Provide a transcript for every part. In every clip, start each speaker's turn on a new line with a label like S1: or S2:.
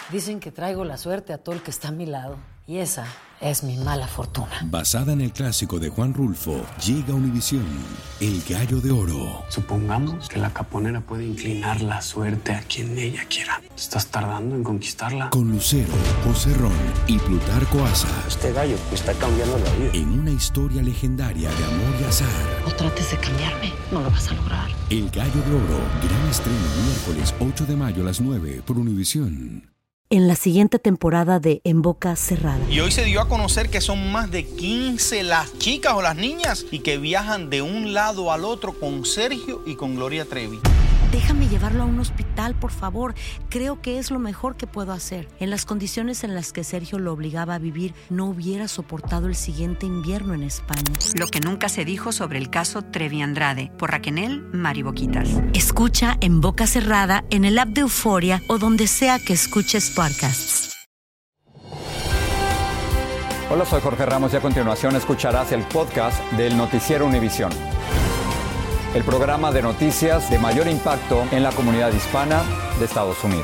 S1: Dicen que traigo la suerte a todo el que está a mi lado. Y esa es mi mala fortuna.
S2: Basada en el clásico de Juan Rulfo, llega a Univisión, El Gallo de Oro.
S3: Supongamos que la caponera puede inclinar la suerte a quien ella quiera. ¿Estás tardando en conquistarla?
S2: Con Lucero, José Ron y Plutarco Asa.
S3: Este gallo me está cambiando la vida.
S2: En una historia legendaria de amor y azar.
S1: No trates de cambiarme, no lo vas a lograr.
S2: El Gallo de Oro, gran estreno miércoles 8 de mayo a las 9 por Univisión.
S4: En la siguiente temporada de En Boca Cerrada.
S5: Y hoy se dio a conocer que son más de 15 las chicas o las niñas y que viajan de un lado al otro con Sergio y con Gloria Trevi.
S4: Déjame llevarlo a un hospital, por favor. Creo que es lo mejor que puedo hacer. En las condiciones en las que Sergio lo obligaba a vivir, no hubiera soportado el siguiente invierno en España.
S6: Lo que nunca se dijo sobre el caso Trevi Andrade, por Raquel Mariboquitas.
S4: Escucha En Boca Cerrada, en el app de Euforia o donde sea que escuches podcasts.
S7: Hola, soy Jorge Ramos y a continuación escucharás el podcast del Noticiero Univisión. El programa de noticias de mayor impacto en la comunidad hispana de Estados Unidos.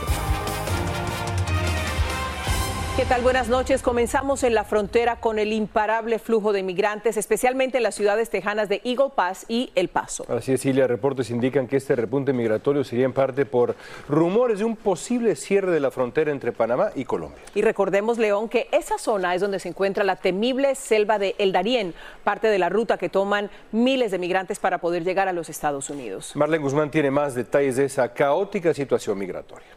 S8: ¿Qué tal? Buenas noches. Comenzamos en la frontera con el imparable flujo de migrantes, especialmente en las ciudades tejanas de Eagle Pass y El Paso.
S9: Así es, Silvia. Reportes indican que este repunte migratorio sería en parte por rumores de un posible cierre de la frontera entre Panamá y Colombia.
S8: Y recordemos, León, que esa zona es donde se encuentra la temible selva de El Darién, parte de la ruta que toman miles de migrantes para poder llegar a los Estados Unidos.
S9: Marlene Guzmán tiene más detalles de esa caótica situación migratoria.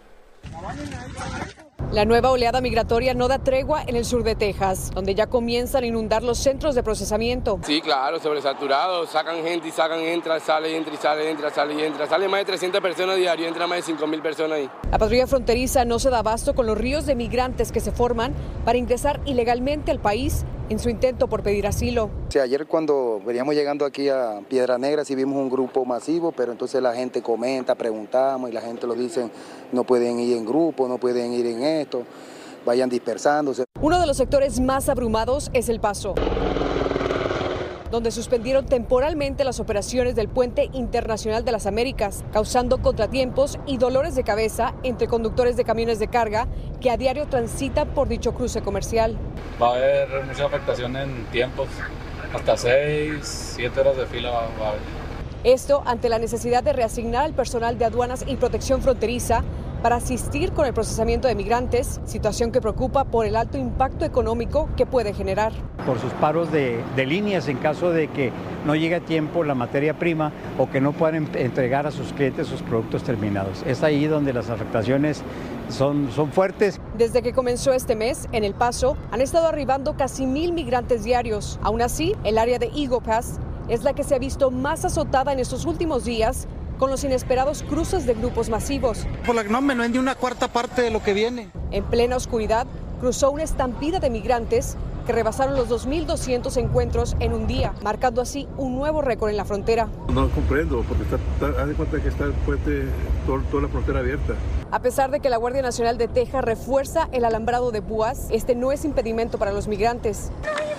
S8: La nueva oleada migratoria no da tregua en el sur de Texas, donde ya comienzan a inundar los centros de procesamiento.
S10: Sí, claro, sobresaturados, sacan gente y sacan, entra, sale, entra y sale, entra, sale y entra. Sale más de 300 personas diario, entra más de 5,000 personas ahí.
S8: La patrulla fronteriza no se da abasto con los ríos de migrantes que se forman para ingresar ilegalmente al país en su intento por pedir asilo.
S11: Sí, ayer cuando veníamos llegando aquí a Piedra Negra sí vimos un grupo masivo, pero entonces la gente comenta, preguntamos y la gente lo dice, no pueden ir en grupo, no pueden ir en esto, vayan dispersándose.
S8: Uno de los sectores más abrumados es El Paso, donde suspendieron temporalmente las operaciones del Puente Internacional de las Américas, causando contratiempos y dolores de cabeza entre conductores de camiones de carga que a diario transitan por dicho cruce comercial.
S12: Va a haber mucha afectación en tiempos, hasta 6, 7 horas de fila va a haber.
S8: Esto ante la necesidad de reasignar al personal de aduanas y protección fronteriza para asistir con el procesamiento de migrantes, situación que preocupa por el alto impacto económico que puede generar.
S13: Por sus paros de líneas en caso de que no llegue a tiempo la materia prima o que no puedan entregar a sus clientes sus productos terminados. Es ahí donde las afectaciones son fuertes.
S8: Desde que comenzó este mes, en El Paso, han estado arribando casi 1,000 migrantes diarios. Aún así, el área de Eagle Pass es la que se ha visto más azotada en estos últimos días, con los inesperados cruces de grupos masivos.
S14: Por la que no me ven ni una cuarta parte de lo que viene.
S8: En plena oscuridad, cruzó una estampida de migrantes que rebasaron los 2,200 encuentros en un día, marcando así un nuevo récord en la frontera.
S15: No comprendo, porque haz de cuenta que está el puente, toda la frontera abierta.
S8: A pesar de que la Guardia Nacional de Texas refuerza el alambrado de púas, este no es impedimento para los migrantes.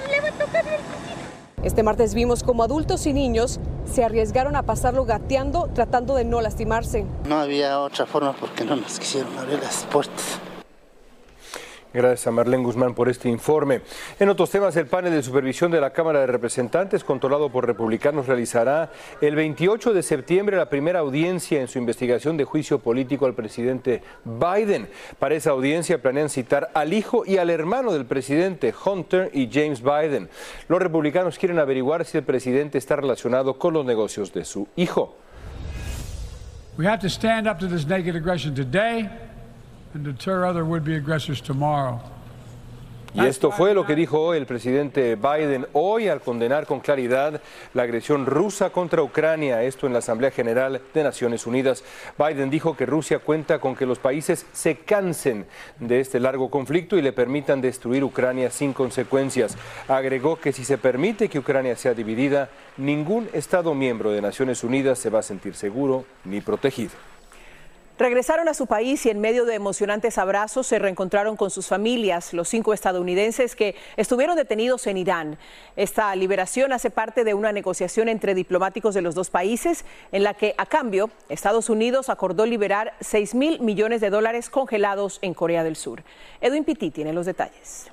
S8: Este martes vimos como adultos y niños se arriesgaron a pasarlo gateando, tratando de no lastimarse.
S16: No había otra forma porque no nos quisieron abrir las puertas.
S9: Gracias a Marlene Guzmán por este informe. En otros temas, el panel de supervisión de la Cámara de Representantes, controlado por republicanos, realizará el 28 de septiembre la primera audiencia en su investigación de juicio político al presidente Biden. Para esa audiencia planean citar al hijo y al hermano del presidente, Hunter y James Biden. Los republicanos quieren averiguar si el presidente está relacionado con los negocios de su hijo.
S17: We have to stand up to this naked aggression today and deter other would-be aggressors tomorrow.
S9: Y esto fue lo que dijo hoy el presidente Biden hoy al condenar con claridad la agresión rusa contra Ucrania, esto en la Asamblea General de Naciones Unidas. Biden dijo que Rusia cuenta con que los países se cansen de este largo conflicto y le permitan destruir Ucrania sin consecuencias. Agregó que si se permite que Ucrania sea dividida, ningún Estado miembro de Naciones Unidas se va a sentir seguro ni protegido.
S18: Regresaron a su país y en medio de emocionantes abrazos se reencontraron con sus familias, los 5 estadounidenses que estuvieron detenidos en Irán. Esta liberación hace parte de una negociación entre diplomáticos de los dos países en la que, a cambio, Estados Unidos acordó liberar $6.000 millones congelados en Corea del Sur. Edwin Pitti tiene los detalles.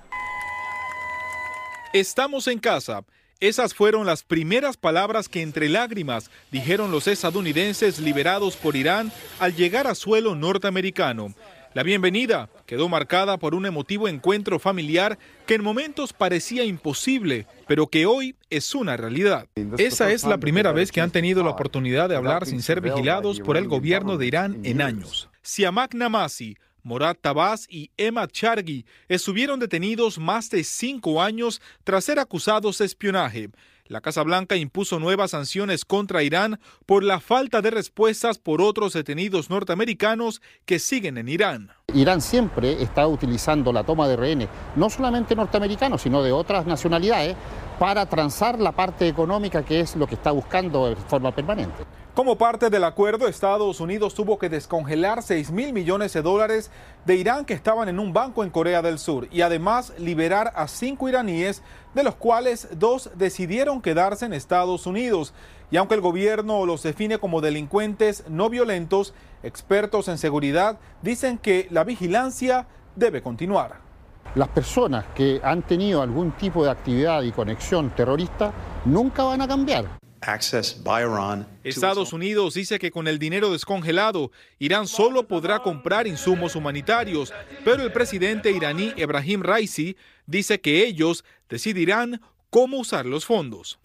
S19: Estamos en casa. Esas fueron las primeras palabras que entre lágrimas dijeron los estadounidenses liberados por Irán al llegar a suelo norteamericano. La bienvenida quedó marcada por un emotivo encuentro familiar que en momentos parecía imposible, pero que hoy es una realidad. Esa es la primera vez que han tenido la oportunidad de hablar sin ser vigilados por el gobierno de Irán en años. Siamak Namasi, Morad Tabas y Emad Charghi estuvieron detenidos más de 5 años tras ser acusados de espionaje. La Casa Blanca impuso nuevas sanciones contra Irán por la falta de respuestas por otros detenidos norteamericanos que siguen en Irán.
S16: Irán siempre está utilizando la toma de rehenes, no solamente norteamericanos, sino de otras nacionalidades, para transar la parte económica, que es lo que está buscando de forma permanente.
S19: Como parte del acuerdo, Estados Unidos tuvo que descongelar $6.000 millones de Irán que estaban en un banco en Corea del Sur y además liberar a 5 iraníes, de los cuales 2 decidieron quedarse en Estados Unidos. Y aunque el gobierno los define como delincuentes no violentos, expertos en seguridad dicen que la vigilancia debe continuar.
S16: Las personas que han tenido algún tipo de actividad y conexión terrorista nunca van a cambiar.
S19: Estados Unidos dice que con el dinero descongelado, Irán solo podrá comprar insumos humanitarios, pero el presidente iraní Ebrahim Raisi dice que ellos decidirán cómo usar los fondos.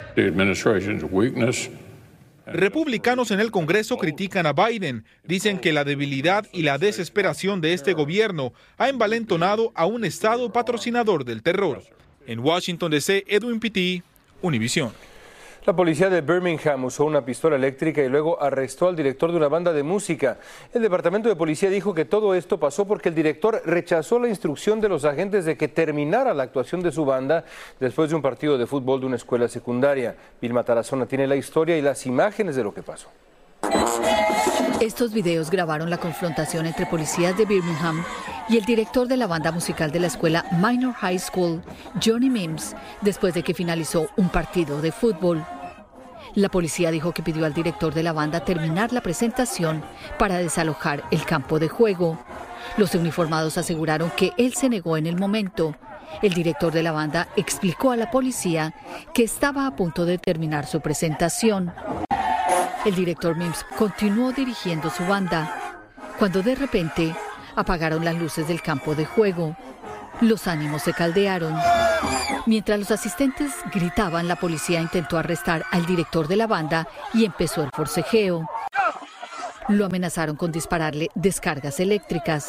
S19: Republicanos en el Congreso critican a Biden. Dicen que la debilidad y la desesperación de este gobierno ha envalentonado a un estado patrocinador del terror. En Washington DC, Edwin Pitti, Univisión.
S9: La policía de Birmingham usó una pistola eléctrica y luego arrestó al director de una banda de música. El departamento de policía dijo que todo esto pasó porque el director rechazó la instrucción de los agentes de que terminara la actuación de su banda después de un partido de fútbol de una escuela secundaria. Vilma Tarazona tiene la historia y las imágenes de lo que pasó.
S20: Estos videos grabaron la confrontación entre policías de Birmingham y el director de la banda musical de la escuela Minor High School, Johnny Mims, después de que finalizó un partido de fútbol. La policía dijo que pidió al director de la banda terminar la presentación para desalojar el campo de juego. Los uniformados aseguraron que él se negó en el momento. El director de la banda explicó a la policía que estaba a punto de terminar su presentación. El director Mims continuó dirigiendo su banda, cuando de repente apagaron las luces del campo de juego. Los ánimos se caldearon. Mientras los asistentes gritaban, la policía intentó arrestar al director de la banda y empezó el forcejeo. Lo amenazaron con dispararle descargas eléctricas.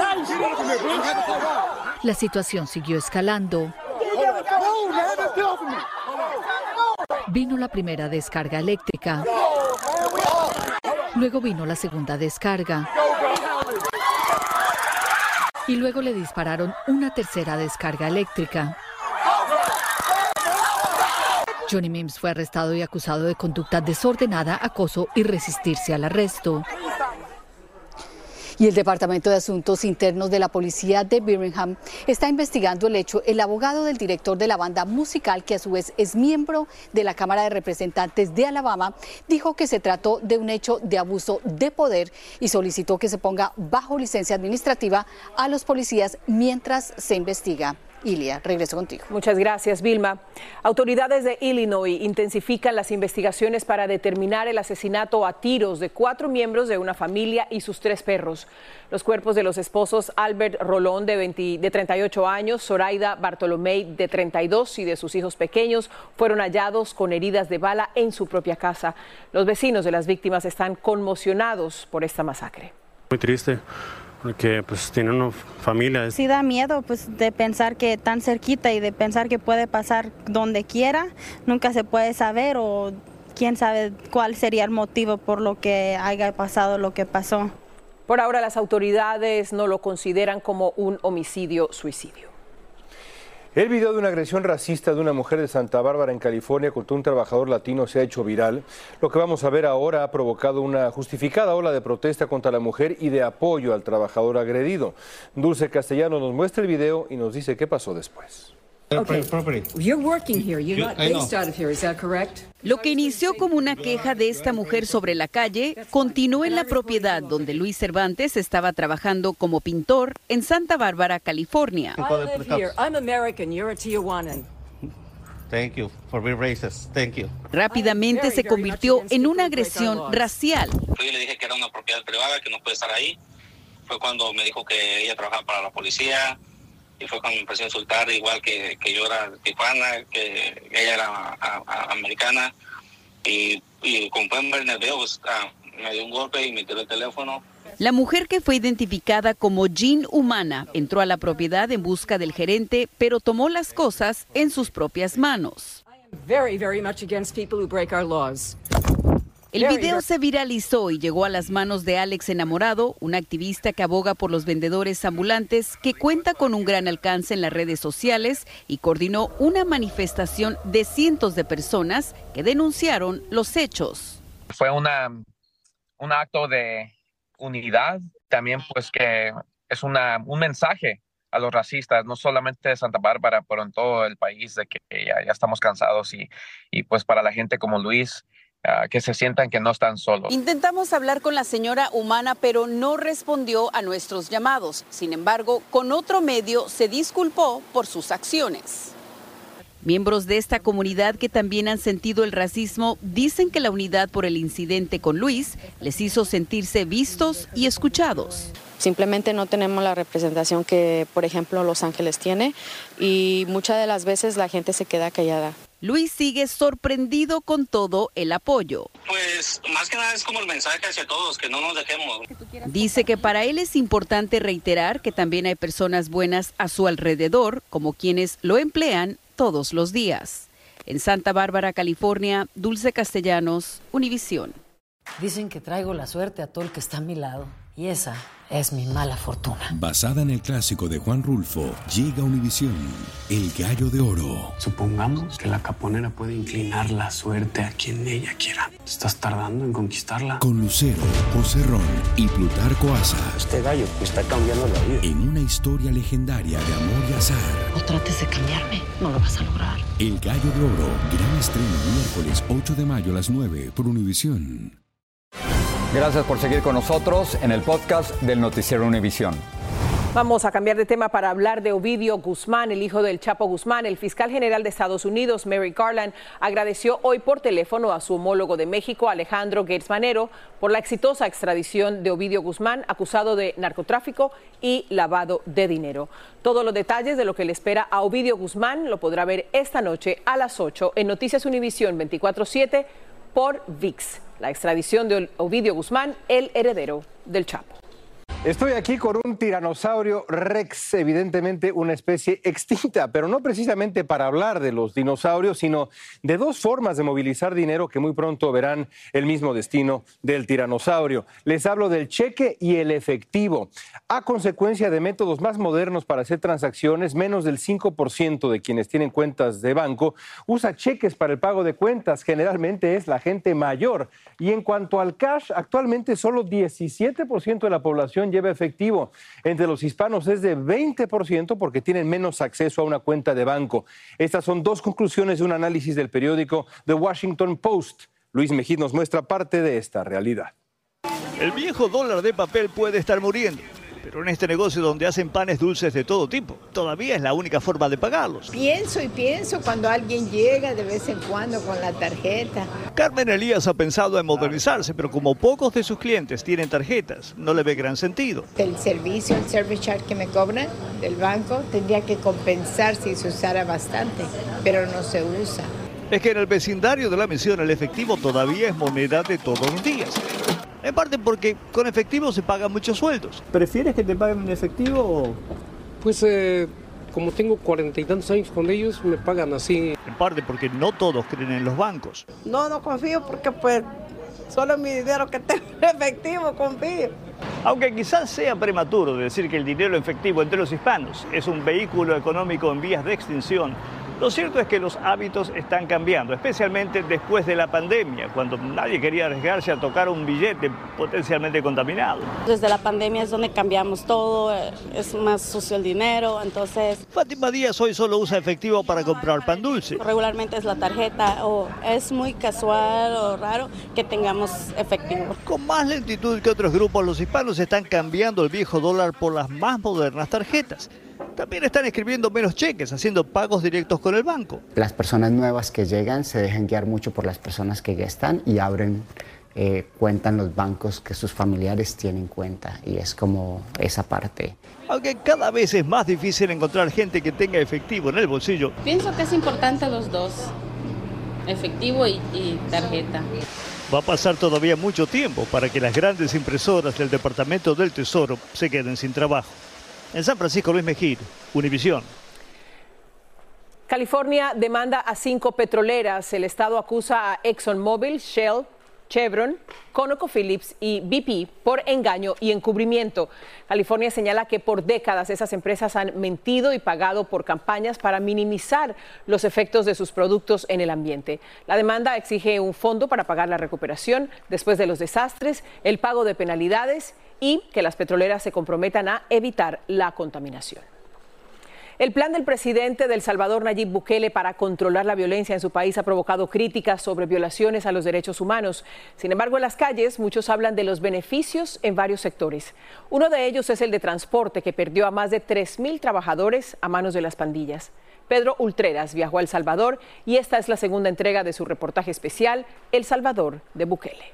S20: La situación siguió escalando. Vino la primera descarga eléctrica. Luego vino la segunda descarga. Y luego le dispararon una tercera descarga eléctrica. Johnny Mims fue arrestado y acusado de conducta desordenada, acoso y resistirse al arresto.
S21: Y el Departamento de Asuntos Internos de la Policía de Birmingham está investigando el hecho. El abogado del director de la banda musical, que a su vez es miembro de la Cámara de Representantes de Alabama, dijo que se trató de un hecho de abuso de poder y solicitó que se ponga bajo licencia administrativa a los policías mientras se investiga. Ilia, regreso contigo.
S18: Muchas gracias, Vilma. Autoridades de Illinois intensifican las investigaciones para determinar el asesinato a tiros de 4 miembros de una familia y sus 3 perros. Los cuerpos de los esposos Albert Rolón, de 38 años, Zoraida Bartolomé, de 32, y de sus hijos pequeños fueron hallados con heridas de bala en su propia casa. Los vecinos de las víctimas están conmocionados por esta masacre.
S3: Muy triste. Porque pues tiene una familia.
S22: Sí da miedo pues de pensar que tan cerquita y de pensar que puede pasar donde quiera, nunca se puede saber o quién sabe cuál sería el motivo por lo que haya pasado lo que pasó.
S18: Por ahora las autoridades no lo consideran como un homicidio-suicidio.
S9: El video de una agresión racista de una mujer de Santa Bárbara, en California, contra un trabajador latino se ha hecho viral. Lo que vamos a ver ahora ha provocado una justificada ola de protesta contra la mujer y de apoyo al trabajador agredido. Dulce Castellanos nos muestra el video y nos dice qué pasó después.
S1: Lo que inició como una queja de esta mujer sobre la calle continuó en la propiedad donde Luis Cervantes estaba trabajando como pintor en Santa Bárbara, California. Rápidamente se convirtió en una agresión racial.
S2: Yo le dije que era una propiedad privada, que no puede estar ahí. Fue cuando me dijo que ella trabajaba para la policía. Y fue cuando me empezó a insultar, igual que yo era de Tijuana, que ella era americana. Y como pueden ver en el video, pues, me dio un golpe y me tiró el teléfono.
S1: La mujer, que fue identificada como Jean Humana, entró a la propiedad en busca del gerente, pero tomó las cosas en sus propias manos. El video se viralizó y llegó a las manos de Alex Enamorado, un activista que aboga por los vendedores ambulantes, que cuenta con un gran alcance en las redes sociales y coordinó una manifestación de cientos de personas que denunciaron los hechos.
S23: Fue un acto de unidad, también pues que es un mensaje a los racistas, no solamente de Santa Bárbara, pero en todo el país, de que ya estamos cansados y pues para la gente como Luis, que se sientan que no están solos.
S1: Intentamos hablar con la señora Humana, pero no respondió a nuestros llamados. Sin embargo, con otro medio se disculpó por sus acciones. Miembros de esta comunidad, que también han sentido el racismo, dicen que la unidad por el incidente con Luis les hizo sentirse vistos y escuchados.
S24: Simplemente no tenemos la representación que, por ejemplo, Los Ángeles tiene, y muchas de las veces la gente se queda callada.
S1: Luis sigue sorprendido con todo el apoyo.
S2: Pues más que nada es como el mensaje hacia todos, que no nos dejemos.
S1: Dice que para él es importante reiterar que también hay personas buenas a su alrededor, como quienes lo emplean todos los días. En Santa Bárbara, California, Dulce Castellanos, Univisión.
S4: Dicen que traigo la suerte a todo el que está a mi lado, y esa es mi mala fortuna.
S25: Basada en el clásico de Juan Rulfo, llega Univisión, El Gallo de Oro.
S3: Supongamos que la caponera puede inclinar la suerte a quien ella quiera. ¿Estás tardando en conquistarla?
S25: Con Lucero, José Ron y Plutarco Asa.
S3: Este gallo me está cambiando la vida.
S25: En una historia legendaria de amor y azar.
S4: No trates de cambiarme, no lo vas a lograr.
S25: El Gallo de Oro, gran estreno miércoles 8 de mayo a las 9 por Univisión.
S7: Gracias por seguir con nosotros en el podcast del Noticiero Univisión.
S18: Vamos a cambiar de tema para hablar de Ovidio Guzmán, el hijo del Chapo Guzmán. El fiscal general de Estados Unidos, Merrick Garland, agradeció hoy por teléfono a su homólogo de México, Alejandro Gertz Manero, por la exitosa extradición de Ovidio Guzmán, acusado de narcotráfico y lavado de dinero. Todos los detalles de lo que le espera a Ovidio Guzmán lo podrá ver esta noche a las 8 en Noticias Univisión 24/7 por ViX. La extradición de Ovidio Guzmán, el heredero del Chapo.
S9: Estoy aquí con un tiranosaurio rex, evidentemente una especie extinta, pero no precisamente para hablar de los dinosaurios, sino de dos formas de movilizar dinero que muy pronto verán el mismo destino del tiranosaurio. Les hablo del cheque y el efectivo. A consecuencia de métodos más modernos para hacer transacciones, menos del 5% de quienes tienen cuentas de banco usa cheques para el pago de cuentas. Generalmente es la gente mayor. Y en cuanto al cash, actualmente solo 17% de la población lleva efectivo. Entre los hispanos es de 20% porque tienen menos acceso a una cuenta de banco. Estas son dos conclusiones de un análisis del periódico The Washington Post. Luis Mejid nos muestra parte de esta realidad.
S26: El viejo dólar de papel puede estar muriendo, pero en este negocio donde hacen panes dulces de todo tipo, todavía es la única forma de pagarlos.
S27: Pienso cuando alguien llega de vez en cuando con la tarjeta.
S26: Carmen Elías ha pensado en modernizarse, pero como pocos de sus clientes tienen tarjetas, no le ve gran sentido.
S27: El servicio, el service charge que me cobran del banco, tendría que compensar si se usara bastante, pero no se usa.
S26: Es que en el vecindario de la misión el efectivo todavía es moneda de todos los días. En parte porque con efectivo se pagan muchos sueldos.
S28: ¿Prefieres que te paguen en efectivo o...?
S29: Pues como tengo 40 y tantos años con ellos, me pagan así.
S26: En parte porque no todos creen en los bancos.
S27: No confío porque pues solo mi dinero que tengo en efectivo confío.
S26: Aunque quizás sea prematuro decir que el dinero efectivo entre los hispanos es un vehículo económico en vías de extinción, lo cierto es que los hábitos están cambiando, especialmente después de la pandemia, cuando nadie quería arriesgarse a tocar un billete potencialmente contaminado.
S22: Desde la pandemia es donde cambiamos todo, es más sucio el dinero, entonces...
S26: Fátima Díaz hoy solo usa efectivo para comprar pan dulce.
S22: Regularmente es la tarjeta o es muy casual o raro que tengamos efectivo.
S26: Con más lentitud que otros grupos, los hispanos están cambiando el viejo dólar por las más modernas tarjetas. También están escribiendo menos cheques, haciendo pagos directos con el banco.
S5: Las personas nuevas que llegan se dejan guiar mucho por las personas que ya están y abren cuenta en los bancos que sus familiares tienen cuenta, y es como esa parte.
S26: Aunque cada vez es más difícil encontrar gente que tenga efectivo en el bolsillo.
S22: Pienso que es importante los dos, efectivo y tarjeta.
S26: Va a pasar todavía mucho tiempo para que las grandes impresoras del Departamento del Tesoro se queden sin trabajo. En San Francisco, Luis Mejía, Univisión.
S18: California demanda a 5 petroleras. El estado acusa a ExxonMobil, Shell, Chevron, ConocoPhillips y BP por engaño y encubrimiento. California señala que por décadas esas empresas han mentido y pagado por campañas para minimizar los efectos de sus productos en el ambiente. La demanda exige un fondo para pagar la recuperación después de los desastres, el pago de penalidades y que las petroleras se comprometan a evitar la contaminación. El plan del presidente de El Salvador, Nayib Bukele, para controlar la violencia en su país ha provocado críticas sobre violaciones a los derechos humanos. Sin embargo, en las calles muchos hablan de los beneficios en varios sectores. Uno de ellos es el de transporte, que perdió a más de 3,000 trabajadores a manos de las pandillas. Pedro Ultreras viajó a El Salvador y esta es la segunda entrega de su reportaje especial, El Salvador de Bukele.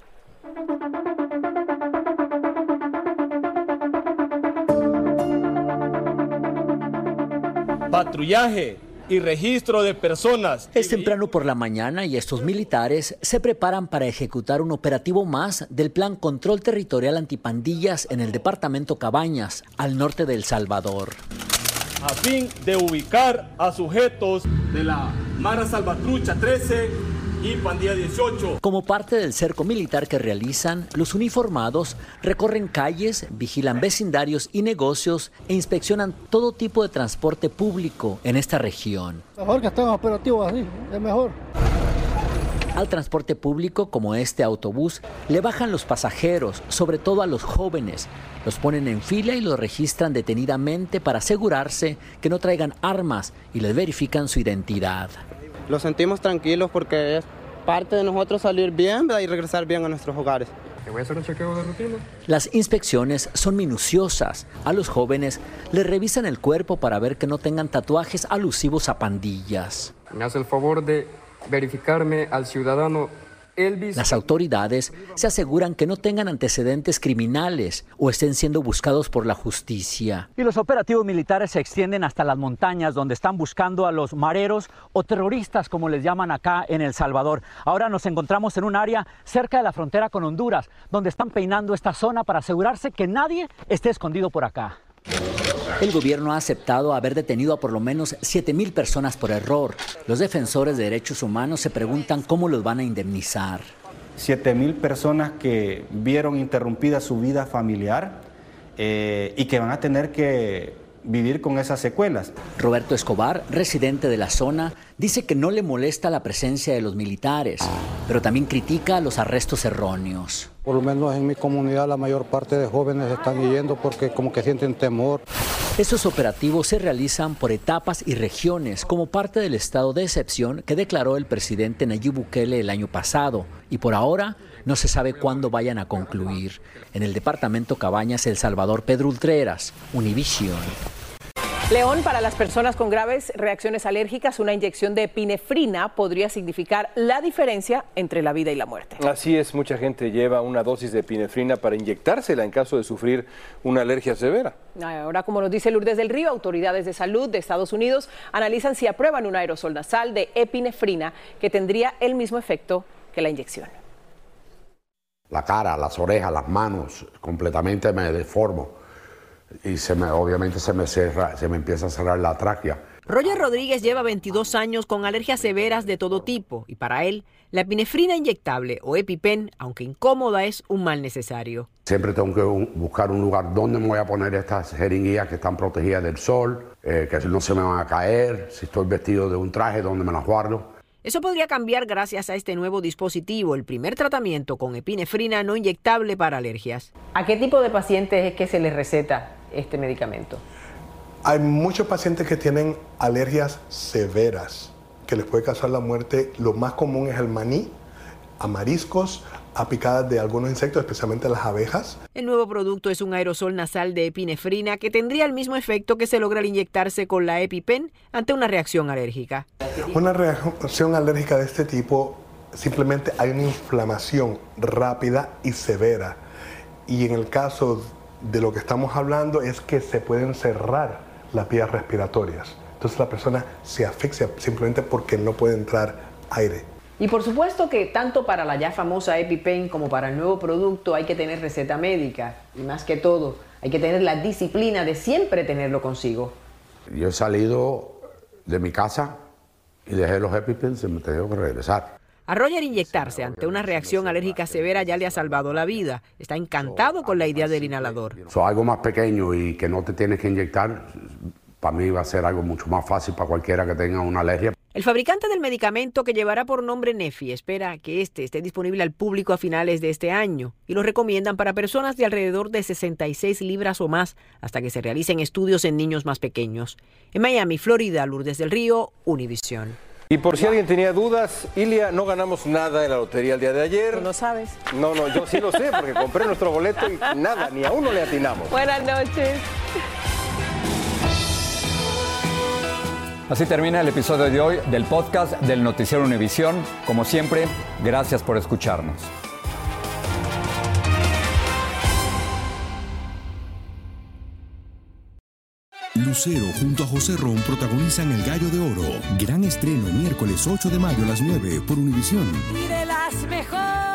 S6: Patrullaje y registro de personas.
S8: Es temprano por la mañana y estos militares se preparan para ejecutar un operativo más del Plan Control Territorial Antipandillas en el departamento Cabañas, al norte de El Salvador.
S6: A fin de ubicar a sujetos de la Mara Salvatrucha 13 y Pandilla 18.
S8: Como parte del cerco militar que realizan, los uniformados recorren calles, vigilan vecindarios y negocios e inspeccionan todo tipo de transporte público en esta región.
S10: Mejor que estén operativos así, es mejor.
S8: Al transporte público como este autobús le bajan los pasajeros, sobre todo a los jóvenes. Los ponen en fila y los registran detenidamente para asegurarse que no traigan armas y les verifican su identidad.
S11: Los sentimos tranquilos porque es parte de nosotros salir bien y regresar bien a nuestros hogares.
S10: Voy a hacer un chequeo de rutina.
S8: Las inspecciones son minuciosas. A los jóvenes les revisan el cuerpo para ver que no tengan tatuajes alusivos a pandillas.
S10: Me hace el favor de verificarme al ciudadano Elvis.
S8: Las autoridades se aseguran que no tengan antecedentes criminales o estén siendo buscados por la justicia.
S12: Y los operativos militares se extienden hasta las montañas, donde están buscando a los mareros o terroristas, como les llaman acá en El Salvador. Ahora nos encontramos en un área cerca de la frontera con Honduras, donde están peinando esta zona para asegurarse que nadie esté escondido por acá.
S8: El gobierno ha aceptado haber detenido a por lo menos 7,000 personas por error. Los defensores de derechos humanos se preguntan cómo los van a indemnizar.
S13: 7,000 personas que vieron interrumpida su vida familiar y que van a tener que vivir con esas secuelas.
S8: Roberto Escobar, residente de la zona, dice que no le molesta la presencia de los militares, pero también critica los arrestos erróneos.
S14: Por lo menos en mi comunidad la mayor parte de jóvenes están yendo porque como que sienten temor.
S8: Estos operativos se realizan por etapas y regiones como parte del estado de excepción que declaró el presidente Nayib Bukele el año pasado y por ahora no se sabe cuándo vayan a concluir. En el departamento Cabañas, El Salvador, Pedro Ultreras, Univisión.
S18: León, para las personas con graves reacciones alérgicas, una inyección de epinefrina podría significar la diferencia entre la vida y la muerte.
S9: Así es, mucha gente lleva una dosis de epinefrina para inyectársela en caso de sufrir una alergia severa.
S18: Ahora, como nos dice Lourdes del Río, autoridades de salud de Estados Unidos analizan si aprueban un aerosol nasal de epinefrina que tendría el mismo efecto que la inyección.
S15: La cara, las orejas, las manos, completamente me deformo. Y obviamente se me empieza a cerrar la tráquea.
S1: Roger Rodríguez lleva 22 años con alergias severas de todo tipo y para él, la epinefrina inyectable o EpiPen, aunque incómoda, es un mal necesario.
S15: Siempre tengo que buscar un lugar donde me voy a poner estas jeringuillas que están protegidas del sol, que no se me van a caer, si estoy vestido de un traje, donde me las guardo.
S1: Eso podría cambiar gracias a este nuevo dispositivo, el primer tratamiento con epinefrina no inyectable para alergias.
S18: ¿A qué tipo de pacientes es que se les receta este medicamento?
S2: Hay muchos pacientes que tienen alergias severas que les puede causar la muerte. Lo más común es el maní, a mariscos, a picadas de algunos insectos, especialmente las abejas.
S1: El nuevo producto es un aerosol nasal de epinefrina que tendría el mismo efecto que se logra al inyectarse con la EpiPen ante una reacción alérgica.
S2: Una reacción alérgica de este tipo, simplemente hay una inflamación rápida y severa. Y en el caso de lo que estamos hablando es que se pueden cerrar las vías respiratorias. Entonces la persona se asfixia simplemente porque no puede entrar aire.
S18: Y por supuesto que tanto para la ya famosa EpiPen como para el nuevo producto hay que tener receta médica. Y más que todo, hay que tener la disciplina de siempre tenerlo consigo.
S15: Yo he salido de mi casa y dejé los EpiPens y me tengo que regresar.
S1: A Roger inyectarse ante una reacción alérgica severa ya le ha salvado la vida. Está encantado con la idea del inhalador.
S15: Algo más pequeño y que no te tienes que inyectar, para mí va a ser algo mucho más fácil para cualquiera que tenga una alergia.
S1: El fabricante del medicamento, que llevará por nombre Neffy, espera que este esté disponible al público a finales de este año y lo recomiendan para personas de alrededor de 66 libras o más hasta que se realicen estudios en niños más pequeños. En Miami, Florida, Lourdes del Río, Univisión.
S9: Y por si alguien tenía dudas, Ilia, no ganamos nada en la lotería el día de ayer.
S18: ¿Tú no sabes?
S9: No, yo sí lo sé porque compré nuestro boleto y nada, ni a uno le atinamos.
S18: Buenas noches.
S7: Así termina el episodio de hoy del podcast del Noticiero Univisión. Como siempre, gracias por escucharnos.
S25: Lucero junto a José Ron protagonizan El Gallo de Oro. Gran estreno miércoles 8 de mayo a las 9 por Univisión.
S16: Y de las mejores.